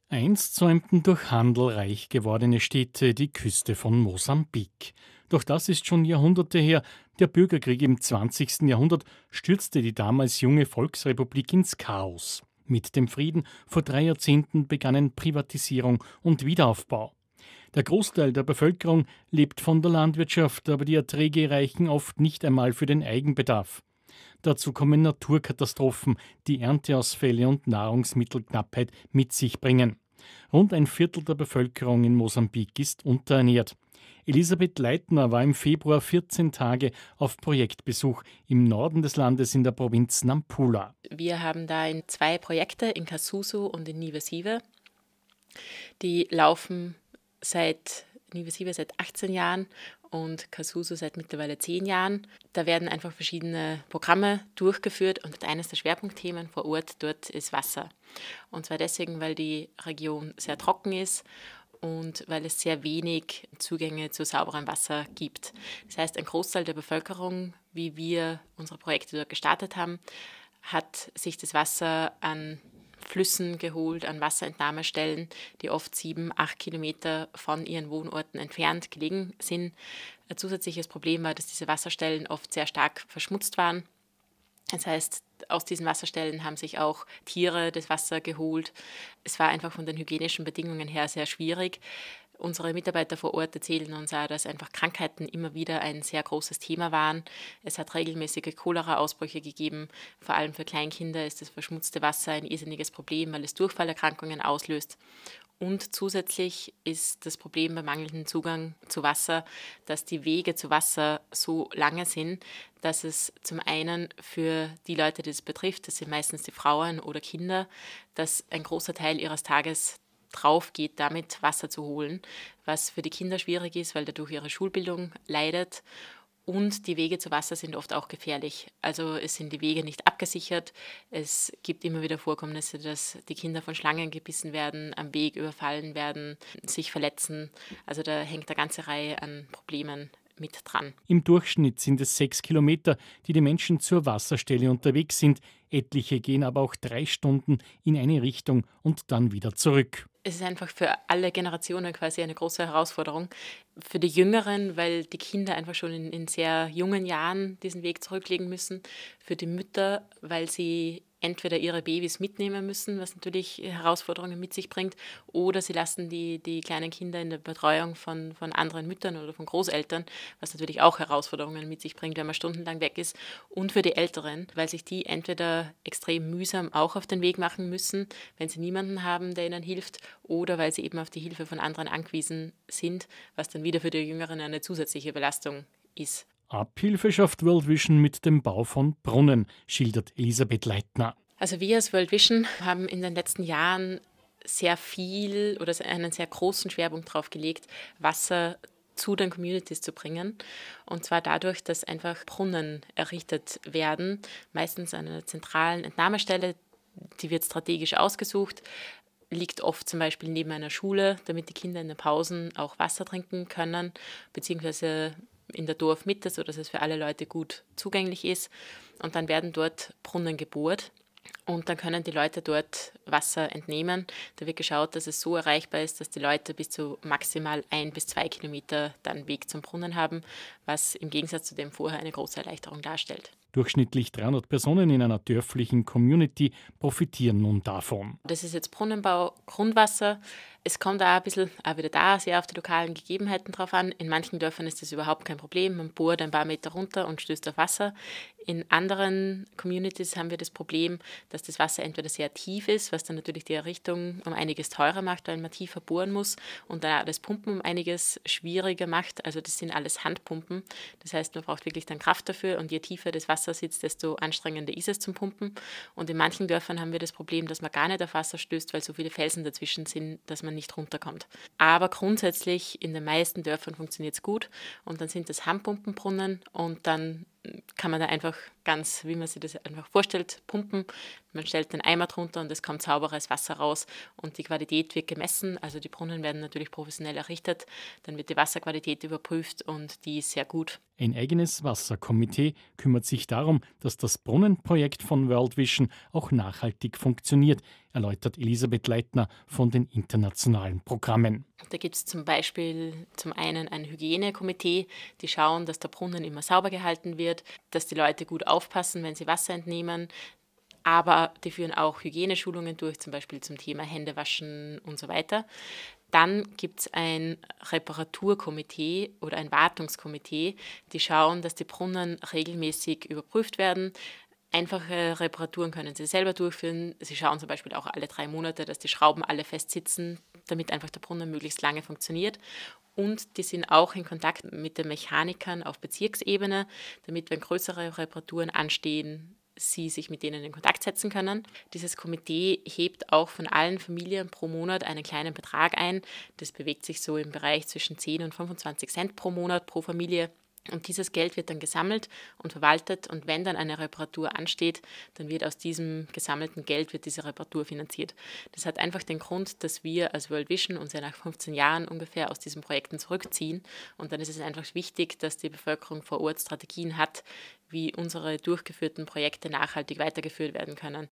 Einst säumten durch Handel reich gewordene Städte die Küste von Mosambik. Doch das ist schon Jahrhunderte her. Der Bürgerkrieg im 20. Jahrhundert stürzte die damals junge Volksrepublik ins Chaos. Mit dem Frieden vor 3 Jahrzehnten begannen Privatisierung und Wiederaufbau. Der Großteil der Bevölkerung lebt von der Landwirtschaft, aber die Erträge reichen oft nicht einmal für den Eigenbedarf. Dazu kommen Naturkatastrophen, die Ernteausfälle und Nahrungsmittelknappheit mit sich bringen. Rund ein Viertel der Bevölkerung in Mosambik ist unterernährt. Elisabeth Leitner war im Februar 14 Tage auf Projektbesuch im Norden des Landes in der Provinz Nampula. Wir haben da zwei Projekte in Kasusu und in Nivesive. Die laufen seit Nivesive seit 18 Jahren und Kasusu seit mittlerweile 10 Jahren. Da werden einfach verschiedene Programme durchgeführt und eines der Schwerpunktthemen vor Ort dort ist Wasser. Und zwar deswegen, weil die Region sehr trocken ist und weil es sehr wenig Zugänge zu sauberem Wasser gibt. Das heißt, ein Großteil der Bevölkerung, wie wir unsere Projekte dort gestartet haben, hat sich das Wasser an Flüssen geholt, an Wasserentnahmestellen, die oft 7, 8 Kilometer von ihren Wohnorten entfernt gelegen sind. Ein zusätzliches Problem war, dass diese Wasserstellen oft sehr stark verschmutzt waren. Das heißt, aus diesen Wasserstellen haben sich auch Tiere das Wasser geholt. Es war einfach von den hygienischen Bedingungen her sehr schwierig. Unsere Mitarbeiter vor Ort erzählen uns auch, dass einfach Krankheiten immer wieder ein sehr großes Thema waren. Es hat regelmäßige Cholera-Ausbrüche gegeben. Vor allem für Kleinkinder ist das verschmutzte Wasser ein irrsinniges Problem, weil es Durchfallerkrankungen auslöst. Und zusätzlich ist das Problem beim mangelnden Zugang zu Wasser, dass die Wege zu Wasser so lange sind, dass es zum einen für die Leute, die es betrifft, das sind meistens die Frauen oder Kinder, dass ein großer Teil ihres Tages drauf geht, damit Wasser zu holen, was für die Kinder schwierig ist, weil dadurch ihre Schulbildung leidet. Und die Wege zu Wasser sind oft auch gefährlich. Also es sind die Wege nicht abgesichert. Es gibt immer wieder Vorkommnisse, dass die Kinder von Schlangen gebissen werden, am Weg überfallen werden, sich verletzen. Also da hängt eine ganze Reihe an Problemen mit dran. Im Durchschnitt sind es 6 Kilometer, die die Menschen zur Wasserstelle unterwegs sind. Etliche gehen aber auch 3 Stunden in eine Richtung und dann wieder zurück. Es ist einfach für alle Generationen quasi eine große Herausforderung. Für die Jüngeren, weil die Kinder einfach schon in sehr jungen Jahren diesen Weg zurücklegen müssen. Für die Mütter, weil sie entweder ihre Babys mitnehmen müssen, was natürlich Herausforderungen mit sich bringt, oder sie lassen die kleinen Kinder in der Betreuung von anderen Müttern oder von Großeltern, was natürlich auch Herausforderungen mit sich bringt, wenn man stundenlang weg ist. Und für die Älteren, weil sich die entweder extrem mühsam auch auf den Weg machen müssen, wenn sie niemanden haben, der ihnen hilft, oder weil sie eben auf die Hilfe von anderen angewiesen sind, was dann wieder für die Jüngeren eine zusätzliche Belastung ist. Abhilfe schafft World Vision mit dem Bau von Brunnen, schildert Elisabeth Leitner. Also wir als World Vision haben in den letzten Jahren sehr viel oder einen sehr großen Schwerpunkt darauf gelegt, Wasser zu den Communities zu bringen. Und zwar dadurch, dass einfach Brunnen errichtet werden, meistens an einer zentralen Entnahmestelle, die wird strategisch ausgesucht, liegt oft zum Beispiel neben einer Schule, damit die Kinder in den Pausen auch Wasser trinken können, beziehungsweise in der Dorfmitte, sodass es für alle Leute gut zugänglich ist. Und dann werden dort Brunnen gebohrt und dann können die Leute dort Wasser entnehmen. Da wird geschaut, dass es so erreichbar ist, dass die Leute bis zu maximal 1 bis 2 Kilometer dann Weg zum Brunnen haben, was im Gegensatz zu dem vorher eine große Erleichterung darstellt. Durchschnittlich 300 Personen in einer dörflichen Community profitieren nun davon. Das ist jetzt Brunnenbau, Grundwasser. Es kommt auch ein bisschen auch wieder da sehr auf die lokalen Gegebenheiten drauf an. In manchen Dörfern ist das überhaupt kein Problem. Man bohrt ein paar Meter runter und stößt auf Wasser. In anderen Communities haben wir das Problem, dass das Wasser entweder sehr tief ist, was dann natürlich die Errichtung um einiges teurer macht, weil man tiefer bohren muss und dann auch das Pumpen um einiges schwieriger macht. Also das sind alles Handpumpen. Das heißt, man braucht wirklich dann Kraft dafür und je tiefer das Wasser sitzt, desto anstrengender ist es zum Pumpen. Und in manchen Dörfern haben wir das Problem, dass man gar nicht auf Wasser stößt, weil so viele Felsen dazwischen sind, dass man nicht runterkommt. Aber grundsätzlich in den meisten Dörfern funktioniert es gut und dann sind das Handpumpenbrunnen und dann kann man da einfach ganz, wie man sich das einfach vorstellt, pumpen. Man stellt den Eimer drunter und es kommt sauberes Wasser raus und die Qualität wird gemessen. Also die Brunnen werden natürlich professionell errichtet, dann wird die Wasserqualität überprüft und die ist sehr gut. Ein eigenes Wasserkomitee kümmert sich darum, dass das Brunnenprojekt von World Vision auch nachhaltig funktioniert, erläutert Elisabeth Leitner von den internationalen Programmen. Da gibt es zum Beispiel zum einen ein Hygienekomitee, die schauen, dass der Brunnen immer sauber gehalten wird, dass die Leute gut aufpassen, wenn sie Wasser entnehmen. Aber die führen auch Hygieneschulungen durch, zum Beispiel zum Thema Händewaschen und so weiter. Dann gibt es ein Reparaturkomitee oder ein Wartungskomitee, die schauen, dass die Brunnen regelmäßig überprüft werden. Einfache Reparaturen können sie selber durchführen. Sie schauen zum Beispiel auch alle 3 Monate, dass die Schrauben alle fest sitzen, damit einfach der Brunnen möglichst lange funktioniert. Und die sind auch in Kontakt mit den Mechanikern auf Bezirksebene, damit, wenn größere Reparaturen anstehen, sie sich mit denen in Kontakt setzen können. Dieses Komitee hebt auch von allen Familien pro Monat einen kleinen Betrag ein. Das bewegt sich so im Bereich zwischen 10 und 25 Cent pro Monat pro Familie. Und dieses Geld wird dann gesammelt und verwaltet und wenn dann eine Reparatur ansteht, dann wird aus diesem gesammelten Geld wird diese Reparatur finanziert. Das hat einfach den Grund, dass wir als World Vision uns ja nach 15 Jahren ungefähr aus diesen Projekten zurückziehen und dann ist es einfach wichtig, dass die Bevölkerung vor Ort Strategien hat, wie unsere durchgeführten Projekte nachhaltig weitergeführt werden können.